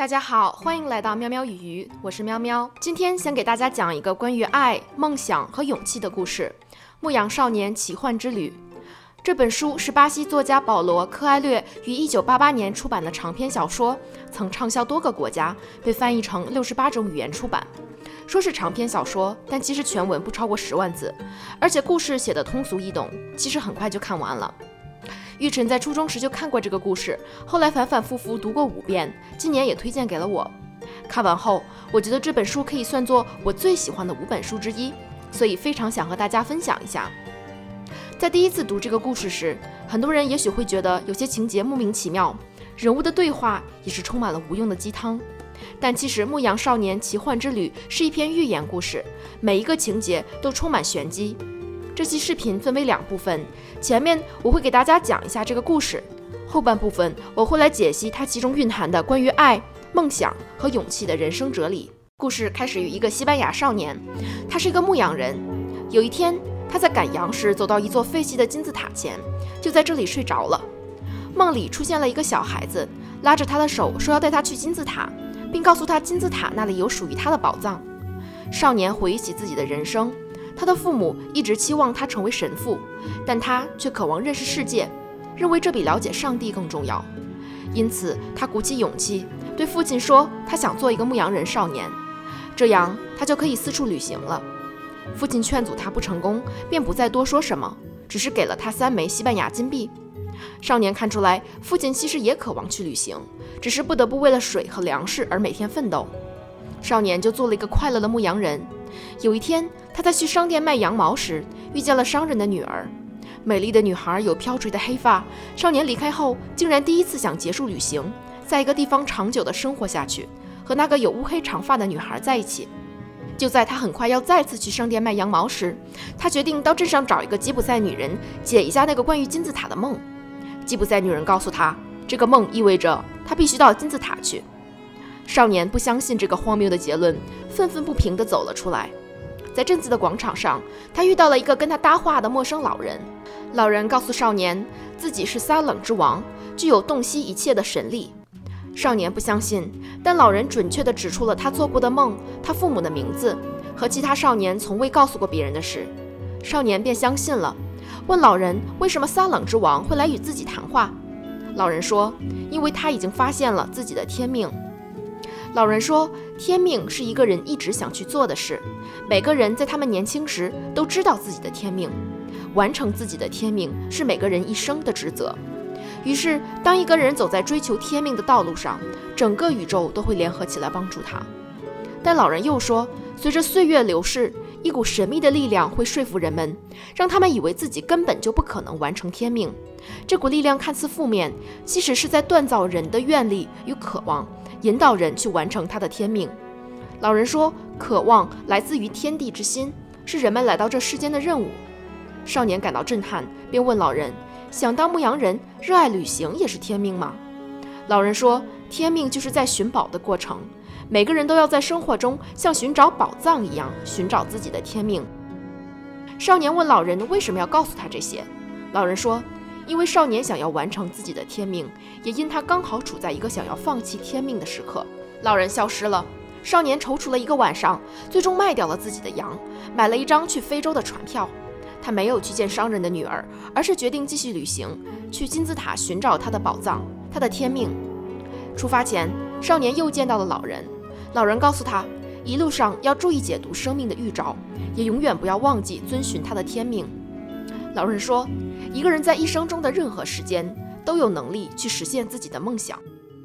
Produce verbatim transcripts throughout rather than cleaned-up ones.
大家好，欢迎来到喵喵与鱼，我是喵喵。今天想给大家讲一个关于爱、梦想和勇气的故事《牧羊少年奇幻之旅》。这本书是巴西作家保罗·科埃略于一九八八年出版的长篇小说，曾畅销多个国家，被翻译成六十八种语言出版。说是长篇小说，但其实全文不超过十万字，而且故事写得通俗易懂，其实很快就看完了。玉晨在初中时就看过这个故事，后来反反复复读过五遍，今年也推荐给了我。看完后，我觉得这本书可以算作我最喜欢的五本书之一，所以非常想和大家分享一下。在第一次读这个故事时，很多人也许会觉得有些情节莫名其妙，人物的对话也是充满了无用的鸡汤。但其实《牧羊少年奇幻之旅》是一篇寓言故事，每一个情节都充满玄机。这期视频分为两部分，前面我会给大家讲一下这个故事，后半部分我会来解析它其中蕴含的关于爱、梦想和勇气的人生哲理。故事开始于一个西班牙少年，他是一个牧羊人。有一天，他在赶羊时走到一座废弃的金字塔前，就在这里睡着了。梦里出现了一个小孩子，拉着他的手说要带他去金字塔，并告诉他金字塔那里有属于他的宝藏。少年回忆起自己的人生，他的父母一直期望他成为神父，但他却渴望认识世界，认为这比了解上帝更重要。因此他鼓起勇气对父亲说他想做一个牧羊人少年，这样他就可以四处旅行了。父亲劝阻他不成功，便不再多说什么，只是给了他三枚西班牙金币。少年看出来父亲其实也渴望去旅行，只是不得不为了水和粮食而每天奋斗。少年就做了一个快乐的牧羊人。有一天，他在去商店卖羊毛时遇见了商人的女儿。美丽的女孩有飘垂的黑发，少年离开后竟然第一次想结束旅行，在一个地方长久地生活下去，和那个有乌黑长发的女孩在一起。就在他很快要再次去商店卖羊毛时，他决定到镇上找一个吉普赛女人解一下那个关于金字塔的梦。吉普赛女人告诉他，这个梦意味着他必须到金字塔去。少年不相信这个荒谬的结论，愤愤不平地走了出来。在镇子的广场上，他遇到了一个跟他搭话的陌生老人。老人告诉少年，自己是撒冷之王，具有洞悉一切的神力。少年不相信，但老人准确地指出了他做过的梦、他父母的名字和其他少年从未告诉过别人的事。少年便相信了，问老人为什么撒冷之王会来与自己谈话。老人说，因为他已经发现了自己的天命。老人说，天命是一个人一直想去做的事，每个人在他们年轻时都知道自己的天命，完成自己的天命是每个人一生的职责。于是当一个人走在追求天命的道路上，整个宇宙都会联合起来帮助他。但老人又说，随着岁月流逝，一股神秘的力量会说服人们，让他们以为自己根本就不可能完成天命。这股力量看似负面，其实是在锻造人的愿力与渴望，引导人去完成他的天命。老人说，渴望来自于天地之心，是人们来到这世间的任务。少年感到震撼，便问老人，想当牧羊人，热爱旅行也是天命吗？老人说，天命就是在寻宝的过程，每个人都要在生活中像寻找宝藏一样寻找自己的天命。少年问老人为什么要告诉他这些。老人说，因为少年想要完成自己的天命，也因他刚好处在一个想要放弃天命的时刻。老人消失了，少年踌躇了一个晚上，最终卖掉了自己的羊，买了一张去非洲的船票。他没有去见商人的女儿，而是决定继续旅行，去金字塔寻找他的宝藏，他的天命。出发前，少年又见到了老人。老人告诉他，一路上要注意解读生命的预兆，也永远不要忘记遵循他的天命。老人说，一个人在一生中的任何时间都有能力去实现自己的梦想。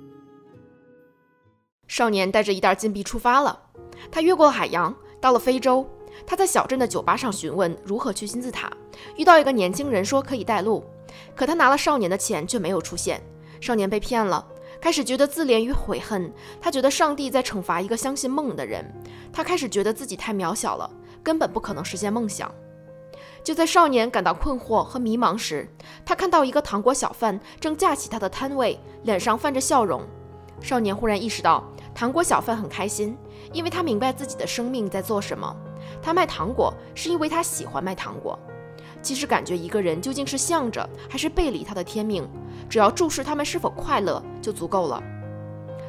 少年带着一袋金币出发了，他越过海洋，到了非洲。他在小镇的酒吧上询问如何去金字塔，遇到一个年轻人说可以带路，可他拿了少年的钱却没有出现。少年被骗了，开始觉得自怜与悔恨，他觉得上帝在惩罚一个相信梦的人，他开始觉得自己太渺小了，根本不可能实现梦想。就在少年感到困惑和迷茫时，他看到一个糖果小贩正架起他的摊位，脸上泛着笑容。少年忽然意识到，糖果小贩很开心，因为他明白自己的生命在做什么。他卖糖果是因为他喜欢卖糖果。其实感觉一个人究竟是向着还是背离他的天命，只要注视他们是否快乐就足够了。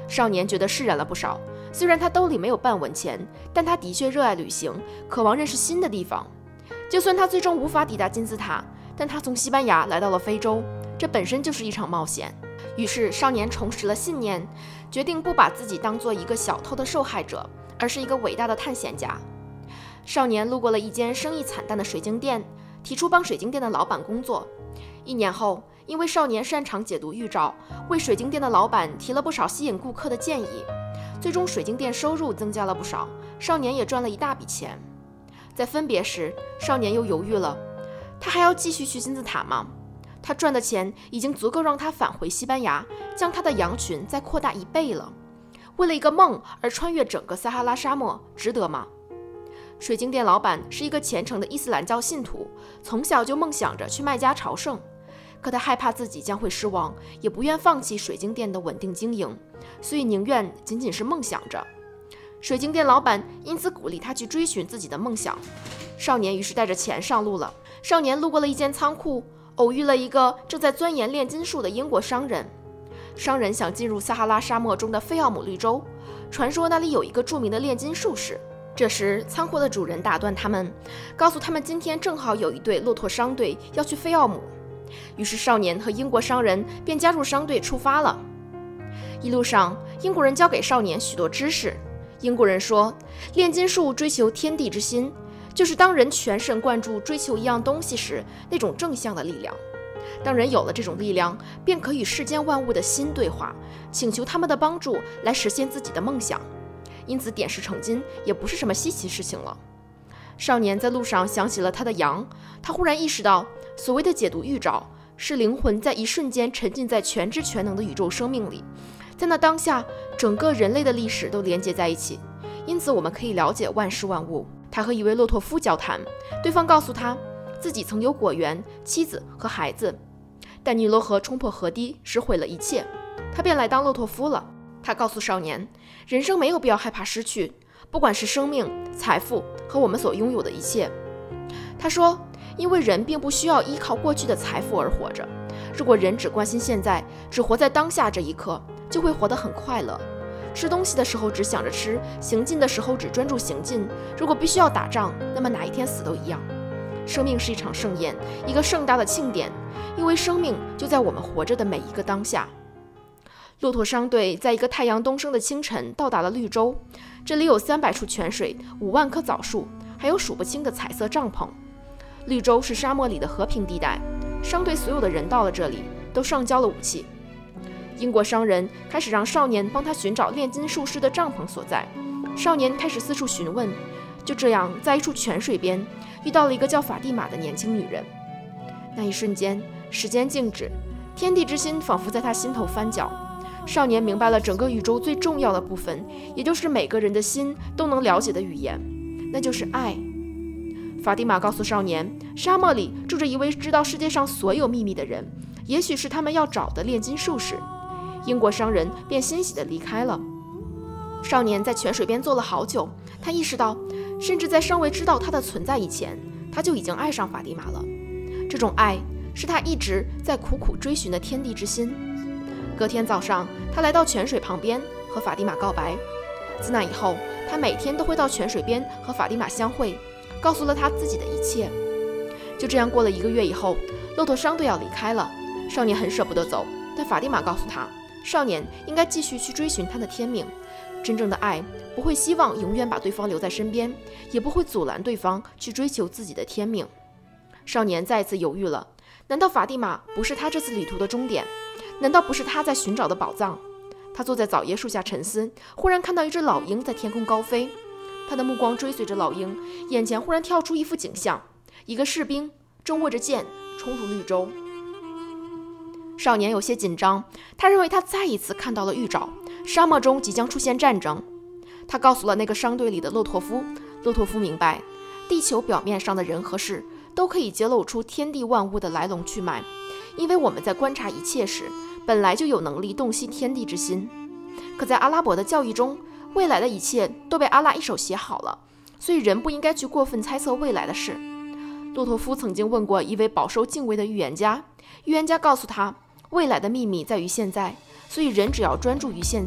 少年觉得释然了不少，虽然他兜里没有半文钱，但他的确热爱旅行，渴望认识新的地方。就算他最终无法抵达金字塔，但他从西班牙来到了非洲，这本身就是一场冒险。于是少年重拾了信念，决定不把自己当做一个小偷的受害者，而是一个伟大的探险家。少年路过了一间生意惨淡的水晶店，提出帮水晶店的老板工作。一年后，因为少年擅长解读预兆，为水晶店的老板提了不少吸引顾客的建议，最终水晶店收入增加了不少，少年也赚了一大笔钱。在分别时，少年又犹豫了，他还要继续去金字塔吗？他赚的钱已经足够让他返回西班牙，将他的羊群再扩大一倍了。为了一个梦而穿越整个撒哈拉沙漠，值得吗？水晶店老板是一个虔诚的伊斯兰教信徒，从小就梦想着去麦加朝圣，可他害怕自己将会失望，也不愿放弃水晶店的稳定经营，所以宁愿仅仅是梦想着。水晶店老板因此鼓励他去追寻自己的梦想。少年于是带着钱上路了。少年路过了一间仓库，偶遇了一个正在钻研炼金术的英国商人。商人想进入撒哈拉沙漠中的费奥姆绿洲，传说那里有一个著名的炼金术士。这时仓库的主人打断他们，告诉他们今天正好有一队骆驼商队要去费奥姆。于是少年和英国商人便加入商队出发了。一路上，英国人教给少年许多知识。英国人说，炼金术追求天地之心，就是当人全神贯注追求一样东西时，那种正向的力量。当人有了这种力量，便可与世间万物的心对话，请求他们的帮助来实现自己的梦想。因此点石成金也不是什么稀奇事情了。少年在路上想起了他的羊，他忽然意识到，所谓的解读预兆，是灵魂在一瞬间沉浸在全知全能的宇宙生命里，在那当下，整个人类的历史都连接在一起，因此我们可以了解万事万物。他和一位骆驼夫交谈，对方告诉他自己曾有果园、妻子和孩子，但尼罗河冲破河堤，使毁了一切，他便来当骆驼夫了。他告诉少年，人生没有必要害怕失去，不管是生命、财富和我们所拥有的一切。他说，因为人并不需要依靠过去的财富而活着，如果人只关心现在，只活在当下这一刻，就会活得很快乐。吃东西的时候只想着吃，行进的时候只专注行进。如果必须要打仗，那么哪一天死都一样。生命是一场盛宴，一个盛大的庆典，因为生命就在我们活着的每一个当下。骆驼商队在一个太阳东升的清晨到达了绿洲，这里有三百处泉水，五万棵枣树，还有数不清的彩色帐篷。绿洲是沙漠里的和平地带，商队所有的人到了这里都上交了武器。英国商人开始让少年帮他寻找炼金术士的帐篷所在，少年开始四处询问，就这样在一处泉水边遇到了一个叫法蒂玛的年轻女人。那一瞬间，时间静止，天地之心仿佛在他心头翻搅。少年明白了整个宇宙最重要的部分，也就是每个人的心都能了解的语言，那就是爱。法蒂玛告诉少年，沙漠里住着一位知道世界上所有秘密的人，也许是他们要找的炼金术士。英国商人便欣喜地离开了。少年在泉水边坐了好久，他意识到，甚至在尚未知道他的存在以前，他就已经爱上法蒂玛了。这种爱是他一直在苦苦追寻的天地之心。隔天早上，他来到泉水旁边和法蒂玛告白。自那以后，他每天都会到泉水边和法蒂玛相会，告诉了他自己的一切。就这样过了一个月以后，骆驼商队要离开了，少年很舍不得走，但法蒂玛告诉他，少年应该继续去追寻他的天命。真正的爱不会希望永远把对方留在身边，也不会阻拦对方去追求自己的天命。少年再一次犹豫了，难道法蒂玛不是他这次旅途的终点？难道不是他在寻找的宝藏？他坐在枣叶树下沉思，忽然看到一只老鹰在天空高飞。他的目光追随着老鹰，眼前忽然跳出一幅景象，一个士兵正握着剑冲入绿洲。少年有些紧张，他认为他再一次看到了预兆，沙漠中即将出现战争。他告诉了那个商队里的骆驼夫，骆驼夫明白，地球表面上的人和事都可以揭露出天地万物的来龙去脉，因为我们在观察一切时，本来就有能力洞悉天地之心。可在阿拉伯的教义中，未来的一切都被阿拉一手写好了，所以人不应该去过分猜测未来的事。骆驼夫曾经问过一位饱受敬畏的预言家，预言家告诉他，未来的秘密在于现在，所以人只要专注于现在，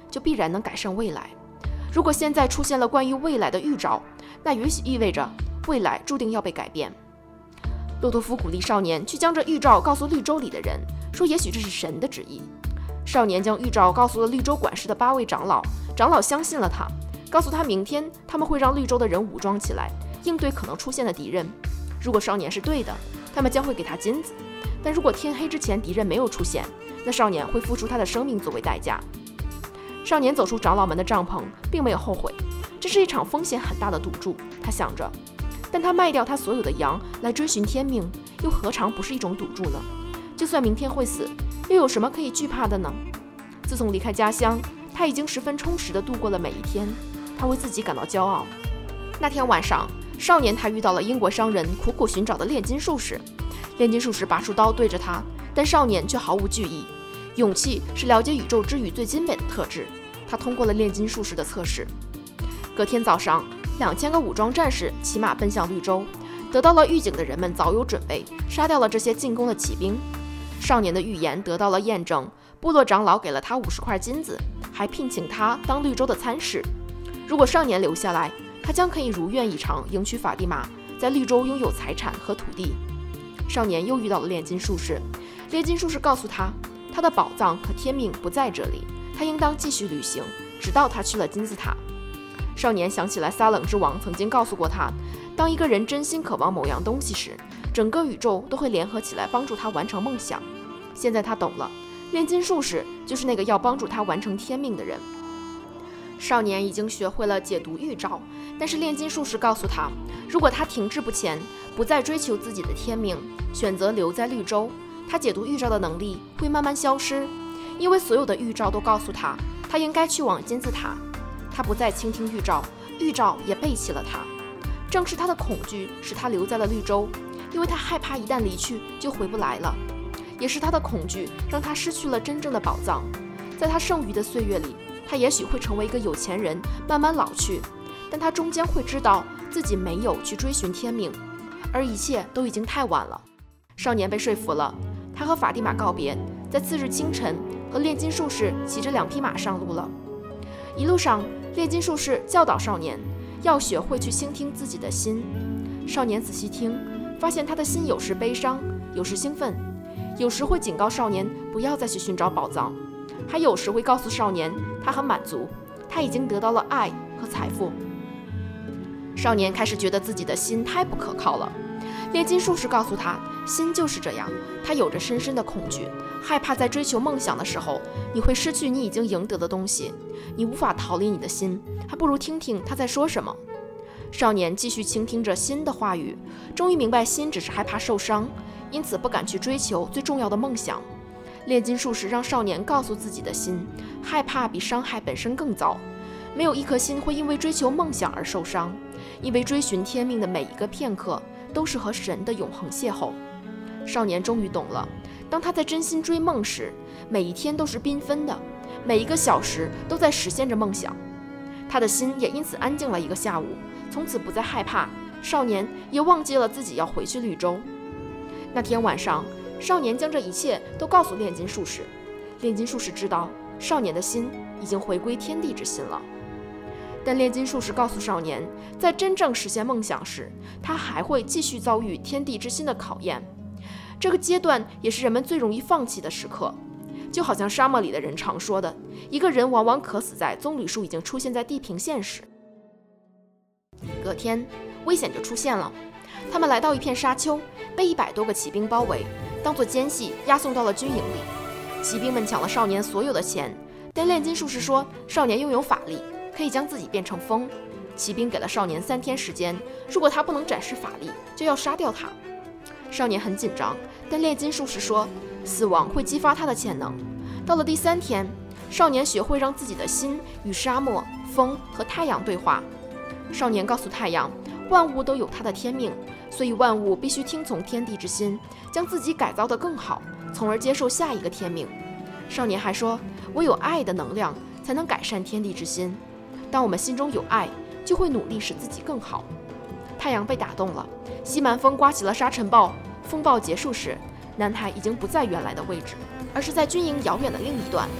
就必然能改善未来。如果现在出现了关于未来的预兆，那也许意味着未来注定要被改变。骆驼夫鼓励少年去将这预兆告诉绿洲里的人，说也许这是神的旨意。少年将预兆告诉了绿洲管事的八位长老，长老相信了他，告诉他明天他们会让绿洲的人武装起来，应对可能出现的敌人。如果少年是对的，他们将会给他金子，但如果天黑之前敌人没有出现，那少年会付出他的生命作为代价。少年走出长老们的帐篷，并没有后悔，这是一场风险很大的赌注，他想着。但他卖掉他所有的羊来追寻天命，又何尝不是一种赌注呢？就算明天会死，又有什么可以惧怕的呢？自从离开家乡，他已经十分充实地度过了每一天，他为自己感到骄傲。那天晚上，少年他遇到了英国商人苦苦寻找的炼金术士，炼金术士拔出刀对着他，但少年却毫无惧意。勇气是了解宇宙之语最精美的特质，他通过了炼金术士的测试。隔天早上，两千个武装战士骑马奔向绿洲，得到了预警的人们早有准备，杀掉了这些进攻的骑兵。少年的预言得到了验证，部落长老给了他五十块金子，还聘请他当绿洲的参事。如果少年留下来，他将可以如愿以偿迎娶法蒂玛，在绿洲拥有财产和土地。少年又遇到了炼金术士，炼金术士告诉他，他的宝藏和天命不在这里，他应当继续旅行，直到他去了金字塔。少年想起来撒冷之王曾经告诉过他，当一个人真心渴望某样东西时，整个宇宙都会联合起来帮助他完成梦想。现在他懂了，炼金术士就是那个要帮助他完成天命的人。少年已经学会了解读预兆，但是炼金术士告诉他，如果他停滞不前，不再追求自己的天命，选择留在绿洲，他解读预兆的能力会慢慢消失，因为所有的预兆都告诉他，他应该去往金字塔。他不再倾听预兆，预兆也背弃了他。正是他的恐惧使他留在了绿洲，因为他害怕一旦离去就回不来了。也是他的恐惧让他失去了真正的宝藏。在他剩余的岁月里，他也许会成为一个有钱人，慢慢老去，但他终将会知道自己没有去追寻天命，而一切都已经太晚了。少年被说服了，他和法蒂玛告别，在次日清晨和炼金术士骑着两匹马上路了。一路上，炼金术士教导少年要学会去倾听自己的心。少年仔细听，发现他的心有时悲伤，有时兴奋，有时会警告少年不要再去寻找宝藏，还有时会告诉少年他很满足，他已经得到了爱和财富。少年开始觉得自己的心太不可靠了。炼金术士告诉他，心就是这样，他有着深深的恐惧，害怕在追求梦想的时候，你会失去你已经赢得的东西，你无法逃离你的心，还不如听听他在说什么。少年继续倾听着心的话语，终于明白心只是害怕受伤，因此不敢去追求最重要的梦想。炼金术士让少年告诉自己的心，害怕比伤害本身更糟，没有一颗心会因为追求梦想而受伤，因为追寻天命的每一个片刻都是和神的永恒邂逅。少年终于懂了，当他在真心追梦时，每一天都是缤纷的，每一个小时都在实现着梦想。他的心也因此安静了一个下午，从此不再害怕。少年也忘记了自己要回去绿洲。那天晚上，少年将这一切都告诉炼金术士。炼金术士知道少年的心已经回归天地之心了。但炼金术士告诉少年，在真正实现梦想时，他还会继续遭遇天地之心的考验。这个阶段也是人们最容易放弃的时刻，就好像沙漠里的人常说的，一个人往往渴死在棕榈树已经出现在地平线时。隔天，危险就出现了。他们来到一片沙丘，被一百多个骑兵包围，当作奸细押送到了军营里。骑兵们抢了少年所有的钱，但炼金术士说少年拥有法力，可以将自己变成风。骑兵给了少年三天时间，如果他不能展示法力，就要杀掉他。少年很紧张，但炼金术士说死亡会激发他的潜能。到了第三天，少年学会让自己的心与沙漠、风和太阳对话。少年告诉太阳，万物都有它的天命，所以万物必须听从天地之心，将自己改造得更好，从而接受下一个天命。少年还说，唯有爱的能量才能改善天地之心。当我们心中有爱，就会努力使自己更好。太阳被打动了，西蛮风刮起了沙尘暴。风暴结束时，南海已经不在原来的位置，而是在军营遥远的另一端。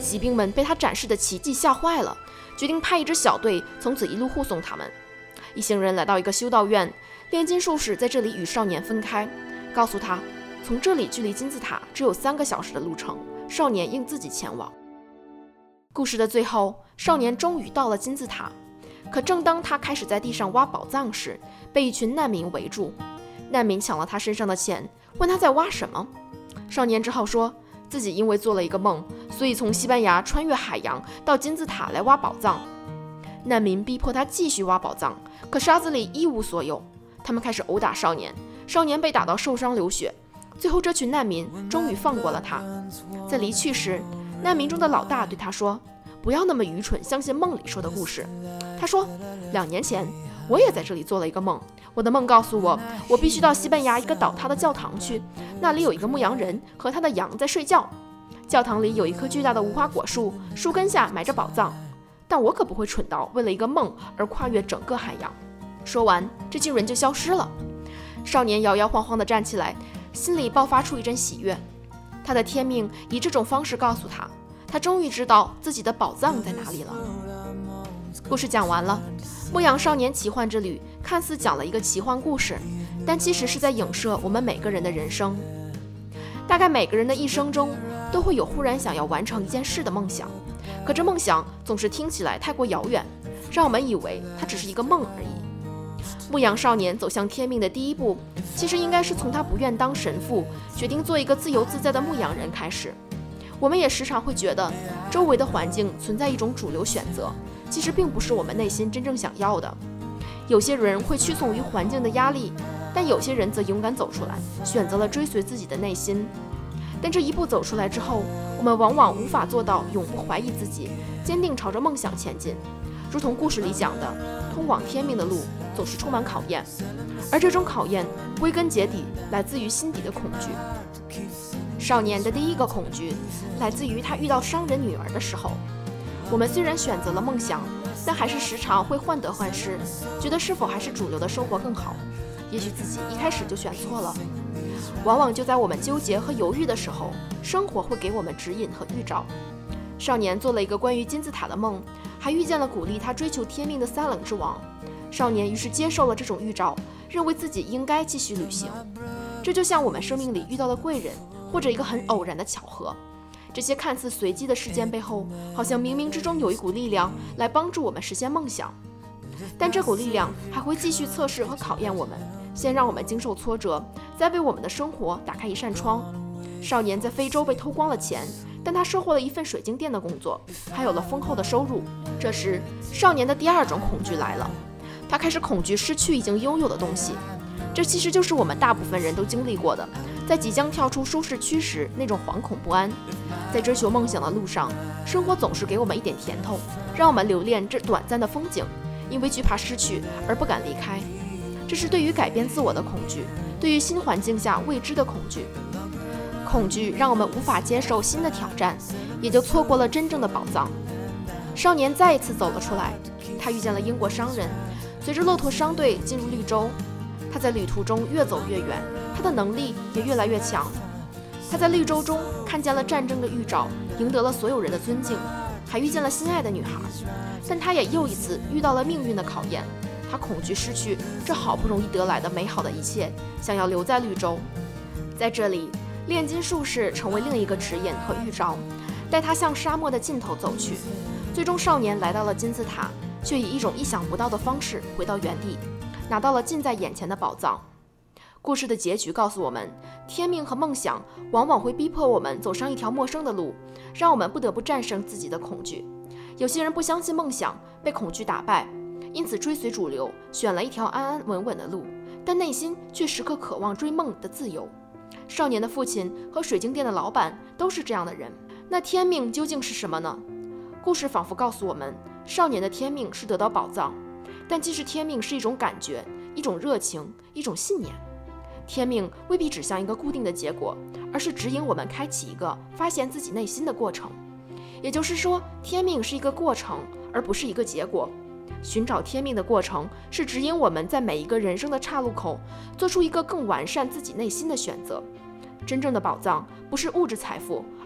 骑兵们被他展示的奇迹吓坏了，决定派一支小队从此一路护送他们。一行人来到一个修道院，炼金术士在这里与少年分开，告诉他从这里距离金字塔只有三个小时的路程，少年应自己前往。故事的最后，少年终于到了金字塔，可正当他开始在地上挖宝藏时，被一群难民围住。难民抢了他身上的钱，问他在挖什么。少年只好说自己因为做了一个梦，所以从西班牙穿越海洋到金字塔来挖宝藏。难民逼迫他继续挖宝藏，可沙子里一无所有。他们开始殴打少年，少年被打到受伤流血。最后这群难民终于放过了他。在离去时，难民中的老大对他说，不要那么愚蠢，相信梦里说的故事。他说，两年前我也在这里做了一个梦，我的梦告诉我，我必须到西班牙一个倒塌的教堂去，那里有一个牧羊人和他的羊在睡觉。教堂里有一棵巨大的无花果树，树根下埋着宝藏，但我可不会蠢到为了一个梦而跨越整个海洋。说完，这群人就消失了。少年摇摇晃晃地站起来，心里爆发出一阵喜悦。他的天命以这种方式告诉他，他终于知道自己的宝藏在哪里了。故事讲完了，牧羊少年奇幻之旅看似讲了一个奇幻故事，但其实是在影射我们每个人的人生。大概每个人的一生中都会有忽然想要完成一件事的梦想，可这梦想总是听起来太过遥远，让我们以为它只是一个梦而已。牧羊少年走向天命的第一步，其实应该是从他不愿当神父，决定做一个自由自在的牧羊人开始。我们也时常会觉得周围的环境存在一种主流选择，其实并不是我们内心真正想要的。有些人会屈从于环境的压力，但有些人则勇敢走出来，选择了追随自己的内心。但这一步走出来之后，我们往往无法做到永不怀疑自己，坚定朝着梦想前进。如同故事里讲的，通往天命的路总是充满考验，而这种考验归根结底来自于心底的恐惧。少年的第一个恐惧来自于他遇到商人女儿的时候。我们虽然选择了梦想，但还是时常会患得患失，觉得是否还是主流的生活更好，也许自己一开始就选错了。往往就在我们纠结和犹豫的时候，生活会给我们指引和预兆。少年做了一个关于金字塔的梦，还遇见了鼓励他追求天命的撒冷之王。少年于是接受了这种预兆，认为自己应该继续旅行。这就像我们生命里遇到的贵人，或者一个很偶然的巧合。这些看似随机的事件背后，好像冥冥之中有一股力量来帮助我们实现梦想。但这股力量还会继续测试和考验我们，先让我们经受挫折，再为我们的生活打开一扇窗。少年在非洲被偷光了钱，但他收获了一份水晶店的工作，还有了丰厚的收入。这时，少年的第二种恐惧来了，他开始恐惧失去已经拥有的东西。这其实就是我们大部分人都经历过的，在即将跳出舒适区时那种惶恐不安。在追求梦想的路上，生活总是给我们一点甜头，让我们留恋这短暂的风景，因为惧怕失去而不敢离开。这是对于改变自我的恐惧，对于新环境下未知的恐惧。恐惧让我们无法接受新的挑战，也就错过了真正的宝藏。少年再一次走了出来，他遇见了英国商人，随着骆驼商队进入绿洲。他在旅途中越走越远，他的能力也越来越强。他在绿洲中看见了战争的预兆，赢得了所有人的尊敬，还遇见了心爱的女孩。但他也又一次遇到了命运的考验，他恐惧失去这好不容易得来的美好的一切，想要留在绿洲。在这里，炼金术士成为另一个指引和预兆，带他向沙漠的尽头走去。最终，少年来到了金字塔，却以一种意想不到的方式回到原地，拿到了近在眼前的宝藏。故事的结局告诉我们，天命和梦想往往会逼迫我们走上一条陌生的路，让我们不得不战胜自己的恐惧。有些人不相信梦想，被恐惧打败，因此追随主流，选了一条安安稳稳的路，但内心却时刻渴望追梦的自由。少年的父亲和水晶店的老板都是这样的人。那天命究竟是什么呢？故事仿佛告诉我们，少年的天命是得到宝藏，但其实天命是一种感觉，一种热情，一种信念。天命未必指向一个固定的结果，而是指引我们开启一个发现自己内心的过程。也就是说，天命是一个过程，而不是一个结果。寻找天命的过程是指引我们在每一个人生的岔路口做出一个更完善自己内心的选择。真正的宝藏不是物质财富，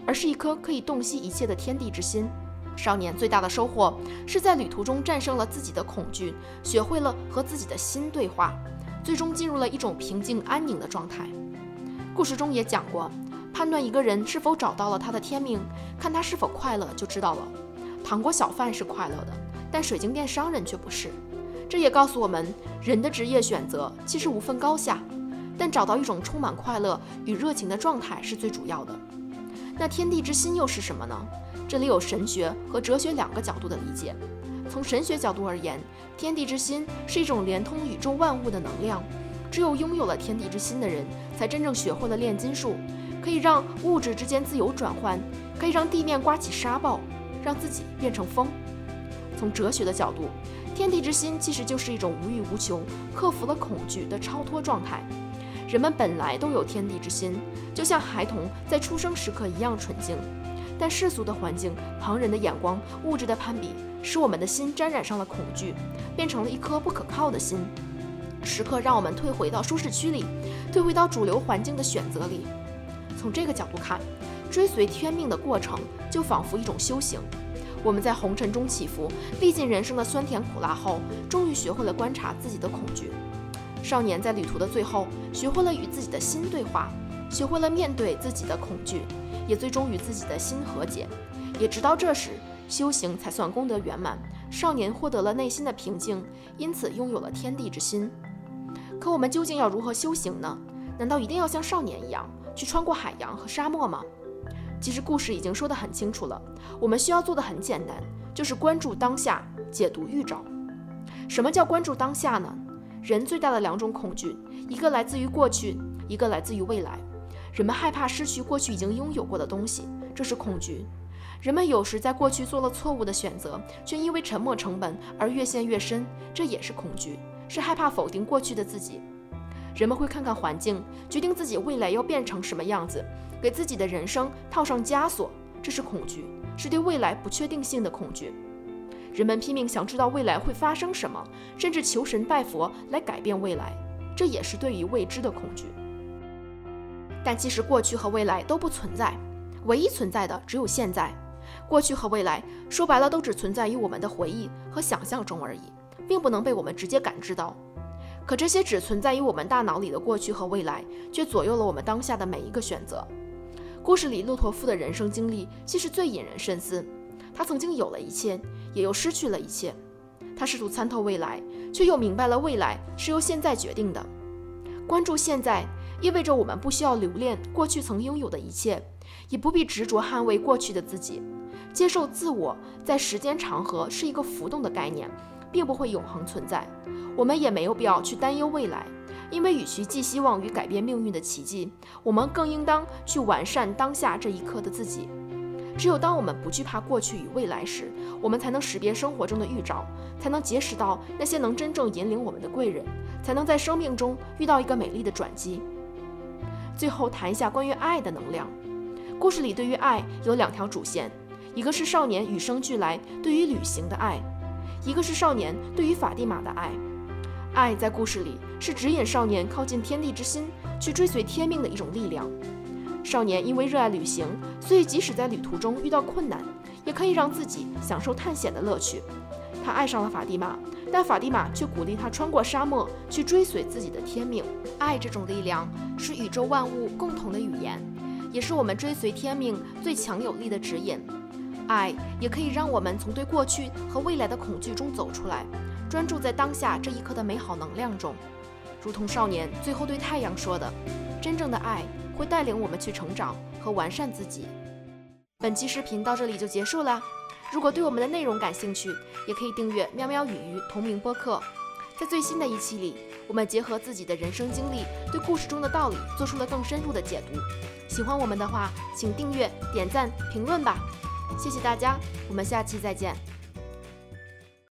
而是一颗可以洞悉一切的天地之心。少年最大的收获是在旅途中战胜了自己的恐惧，学会了和自己的心对话，最终进入了一种平静安宁的状态。故事中也讲过，判断一个人是否找到了他的天命，看他是否快乐就知道了。糖果小贩是快乐的，但水晶店商人却不是。这也告诉我们，人的职业选择其实无分高下，但找到一种充满快乐与热情的状态是最主要的。那天地之心又是什么呢？这里有神学和哲学两个角度的理解。从神学角度而言，天地之心是一种连通宇宙万物的能量。只有拥有了天地之心的人，才真正学会了炼金术，可以让物质之间自由转换，可以让地面刮起沙暴，让自己变成风。从哲学的角度，天地之心其实就是一种无欲无求、克服了恐惧的超脱状态。人们本来都有天地之心，就像孩童在出生时刻一样纯净。但世俗的环境、旁人的眼光、物质的攀比，使我们的心沾染上了恐惧，变成了一颗不可靠的心，时刻让我们退回到舒适区里，退回到主流环境的选择里。从这个角度看，追随天命的过程就仿佛一种修行。我们在红尘中起伏，历尽人生的酸甜苦辣后，终于学会了观察自己的恐惧。少年在旅途的最后，学会了与自己的心对话，学会了面对自己的恐惧，也最终与自己的心和解。也直到这时，修行才算功德圆满，少年获得了内心的平静，因此拥有了天地之心。可我们究竟要如何修行呢？难道一定要像少年一样去穿过海洋和沙漠吗？其实故事已经说得很清楚了，我们需要做的很简单，就是关注当下，解读预兆。什么叫关注当下呢？人最大的两种恐惧，一个来自于过去，一个来自于未来。人们害怕失去过去已经拥有过的东西，这是恐惧。人们有时在过去做了错误的选择，却因为沉没成本而越陷越深，这也是恐惧，是害怕否定过去的自己。人们会看看环境，决定自己未来要变成什么样子，给自己的人生套上枷锁，这是恐惧，是对未来不确定性的恐惧。人们拼命想知道未来会发生什么，甚至求神拜佛来改变未来，这也是对于未知的恐惧。但其实过去和未来都不存在，唯一存在的只有现在。过去和未来说白了都只存在于我们的回忆和想象中而已，并不能被我们直接感知到。可这些只存在于我们大脑里的过去和未来，却左右了我们当下的每一个选择。故事里骆驼夫的人生经历其实最引人深思，他曾经有了一切，也又失去了一切。他试图参透未来，却又明白了未来是由现在决定的。关注现在，意味着我们不需要留恋过去曾拥有的一切，也不必执着捍卫过去的自己。接受自我在时间长河是一个浮动的概念，并不会永恒存在。我们也没有必要去担忧未来，因为与其寄希望于改变命运的奇迹，我们更应当去完善当下这一刻的自己。只有当我们不惧怕过去与未来时，我们才能识别生活中的预兆，才能结识到那些能真正引领我们的贵人，才能在生命中遇到一个美丽的转机。最后谈一下关于爱的能量。故事里对于爱有两条主线，一个是少年与生俱来对于旅行的爱，一个是少年对于法蒂玛的爱。爱在故事里是指引少年靠近天地之心，去追随天命的一种力量。少年因为热爱旅行，所以即使在旅途中遇到困难，也可以让自己享受探险的乐趣。他爱上了法蒂玛，但法蒂玛却鼓励他穿过沙漠，去追随自己的天命。爱这种力量是宇宙万物共同的语言，也是我们追随天命最强有力的指引。爱也可以让我们从对过去和未来的恐惧中走出来，专注在当下这一刻的美好能量中。如同少年最后对太阳说的，真正的爱会带领我们去成长和完善自己。本期视频到这里就结束了，如果对我们的内容感兴趣，也可以订阅喵喵语鱼同名播客。在最新的一期里，我们结合自己的人生经历，对故事中的道理做出了更深入的解读。喜欢我们的话，请订阅、点赞、评论吧。谢谢大家，我们下期再见。